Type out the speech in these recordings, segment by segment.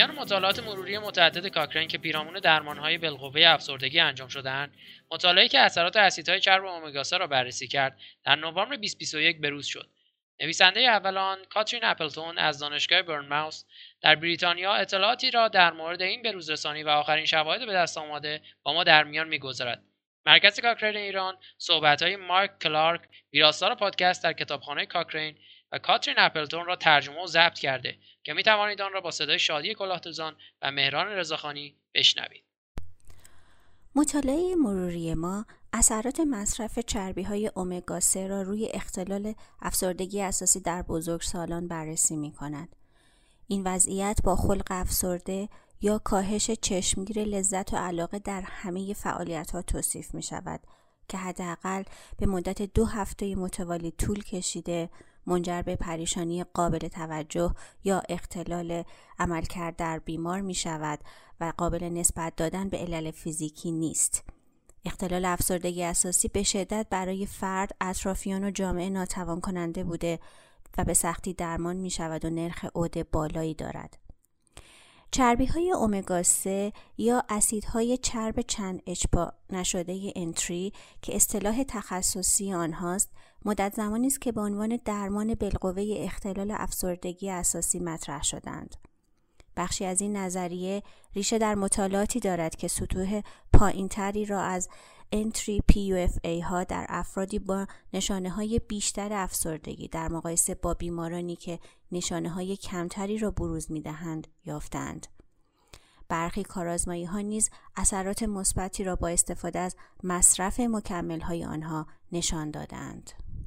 پایان مطالعات مروری متعدد کاکرین که پیرامون درمان‌های بالقوه افسردگی انجام شده‌اند، مطالعه‌ای که اثرات اسیدهای چرب امگا 3 را بررسی کرد، در نوامبر 2021 بروز شد. نویسنده اول آن، کاترین اپلتون از دانشگاه برنموث در بریتانیا، اطلاعاتی را در مورد این بروزرسانی و آخرین شواهد به دست آمده با ما در میان می‌گذارد. مرکز کاکرین ایران صحبت‌های مارک کلارک، ویراستار پادکست در کتابخانه کاکرین و کاترین اپلتون را ترجمه و ضبط کرده که می توانید آن را با صدای شادی کلاهتوزان و مهران رضاخانی بشنوید. مطالعه مروری ما اثرات مصرف چربی‌های امگا 3 را روی اختلال افسردگی اساسی در بزرگسالان بررسی می‌کند. این وضعیت با خلق افسرده یا کاهش چشمگیر لذت و علاقه در همه فعالیت‌ها توصیف می‌شود که حداقل به مدت 2 هفته متوالی طول کشیده منجر به پریشانی قابل توجه یا اختلال عملکرد در بیمار می شود و قابل نسبت دادن به علل فیزیکی نیست. اختلال افسردگی اساسی به شدت برای فرد، اطرافیان و جامعه ناتوان کننده بوده و به سختی درمان می شود و نرخ عود بالایی دارد. چربی‌های امگا 3 یا اسیدهای چرب چند اشباع نشده انتری که اصطلاح تخصصی آنهاست، مدت زمانی است که به عنوان درمان بالقوه اختلال افسردگی اساسی مطرح شدند. بخشی از این نظریه ریشه در مطالعاتی دارد که سطوح پایین‌تری را از انتری PUFA ها در افرادی با نشانه‌های بیشتر افسردگی در مقایسه با بیمارانی که نشانه‌های کمتری را بروز می‌دهند یافتند. برخی کارآزمایی‌ها نیز اثرات مثبتی را با استفاده از مصرف مکمل‌های آنها نشان دادند.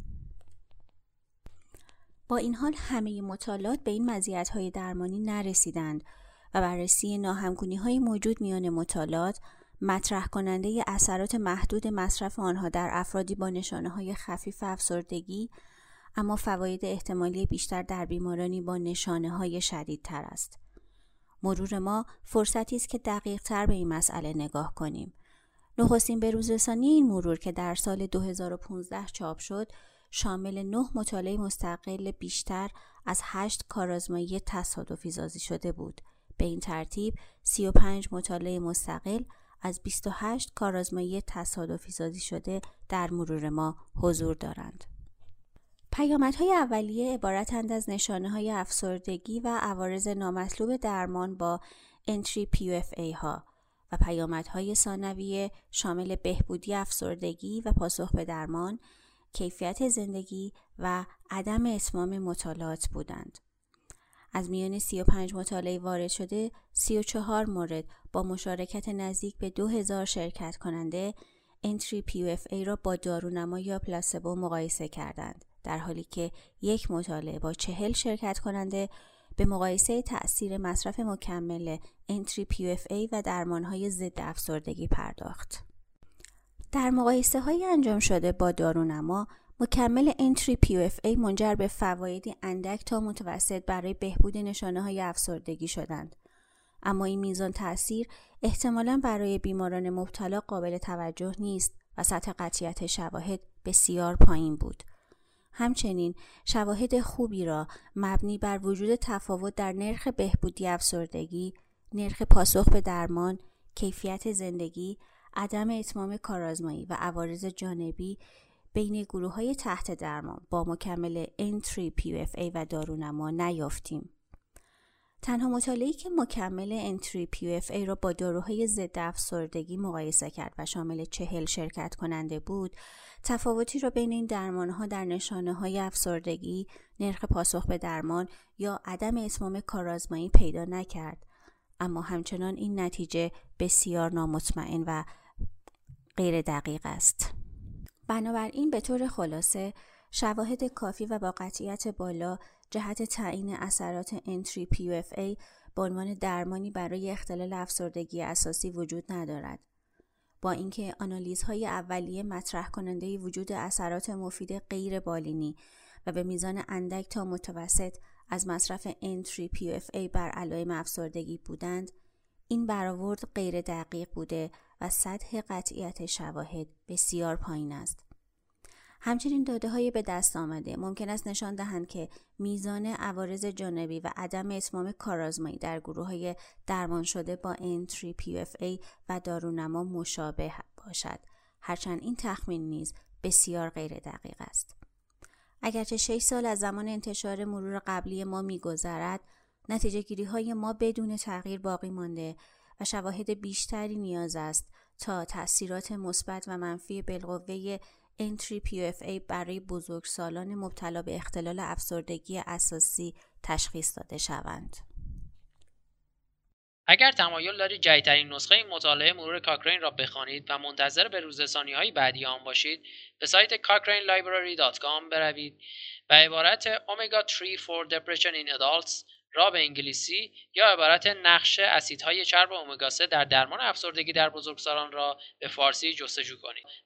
با این حال همه مطالعات به این مزیت‌های درمانی نرسیدند و بررسی ناهمگونی‌های موجود میان مطالعات مطرح کننده اثرات محدود مصرف آنها در افرادی با نشانه‌های خفیف افسردگی اما فواید احتمالی بیشتر در بیمارانی با نشانه‌های شدیدتر است. مرور ما فرصتی است که دقیق‌تر به این مسئله نگاه کنیم. نخستین بروزرسانی این مرور که در سال 2015 چاپ شد، شامل 9 مطالعه مستقل بیشتر از 8 کارآزمایی تصادفی سازی شده بود. به این ترتیب 35 مطالعه مستقل از 28 کارآزمایی تصادفی سازی شده در مرور ما حضور دارند. پیامدهای اولیه عبارتند از نشانه‌های افسردگی و عوارض نامطلوب درمان با انتری PUFA ها و پیامدهای ثانویه شامل بهبودی افسردگی و پاسخ به درمان، کیفیت زندگی و عدم اتمام مطالعات بودند. از میان 35 مطالعه وارد شده، 34 مورد با مشارکت نزدیک به 2000 شرکت کننده انتری PUFA را با دارونما یا پلاسبو مقایسه کردند، در حالی که یک مطالعه با 40 شرکت کننده به مقایسه تأثیر مصرف مکمل انتری PUFA و درمانهای ضد افسردگی پرداخت. در مقایسه‌های انجام شده با دارونما، مکمل انتری PUFA منجر به فوایدی اندک تا متوسط برای بهبود نشانه‌های افسردگی شدند. اما این میزان تأثیر احتمالاً برای بیماران مبتلا قابل توجه نیست و سطح قطعیت شواهد بسیار پایین بود. همچنین شواهد خوبی را مبنی بر وجود تفاوت در نرخ بهبودی افسردگی، نرخ پاسخ به درمان، کیفیت زندگی، عدم اتمام کارآزمایی و عوارض جانبی بین گروه‌های تحت درمان با مکمل انتری PUFA و دارونما نیافتیم. تنها مطالعه‌ای که مکمل انتری PUFA را با داروهای ضد افسردگی مقایسه کرد و شامل 40 شرکت کننده بود، تفاوتی را بین این درمانها در نشانه‌های افسردگی، نرخ پاسخ به درمان یا عدم اتمام کارآزمایی پیدا نکرد. اما همچنان این نتیجه بسیار نامطمئن و غیر دقیق است. بنابراین به طور خلاصه شواهد کافی و با قطعیت بالا جهت تعیین اثرات انتری PUFA به عنوان درمانی برای اختلال افسردگی اساسی وجود ندارد. با اینکه آنالیزهای اولیه مطرح کننده وجود اثرات مفید غیر بالینی و به میزان اندک تا متوسط از مصرف انتری PUFA بر علائم افسردگی بودند، این برآورد غیر دقیق بوده و سطح قطعیت شواهد بسیار پایین است. همچنین داده‌های به دست آمده ممکن است نشان دهند که میزان عوارض جانبی و عدم اتمام کارآزمایی در گروه‌های درمان شده با N3-PFA و دارونما مشابه باشد، هرچند این تخمین نیز بسیار غیر دقیق است. اگرچه 6 سال از زمان انتشار مرور قبلی ما می‌گذرد، نتیجه گیری‌های ما بدون تغییر باقی مانده و شواهد بیشتری نیاز است تا تأثیرات مثبت و منفی بالقوه N3-PFA برای بزرگسالان مبتلا به اختلال افسردگی اساسی تشخیص داده شوند. اگر تمایل دارید جدیدترین نسخه این مطالعه مرور کاکرین را بخوانید و منتظر به روزرسانی‌های بعدی آن باشید، به سایت cochranelibrary.com بروید و عبارت Omega 3 for Depression in Adults را به انگلیسی یا عبارت نقش اسیدهای چرب امگا 3 در درمان افسردگی در بزرگسالان را به فارسی جستجو کنید.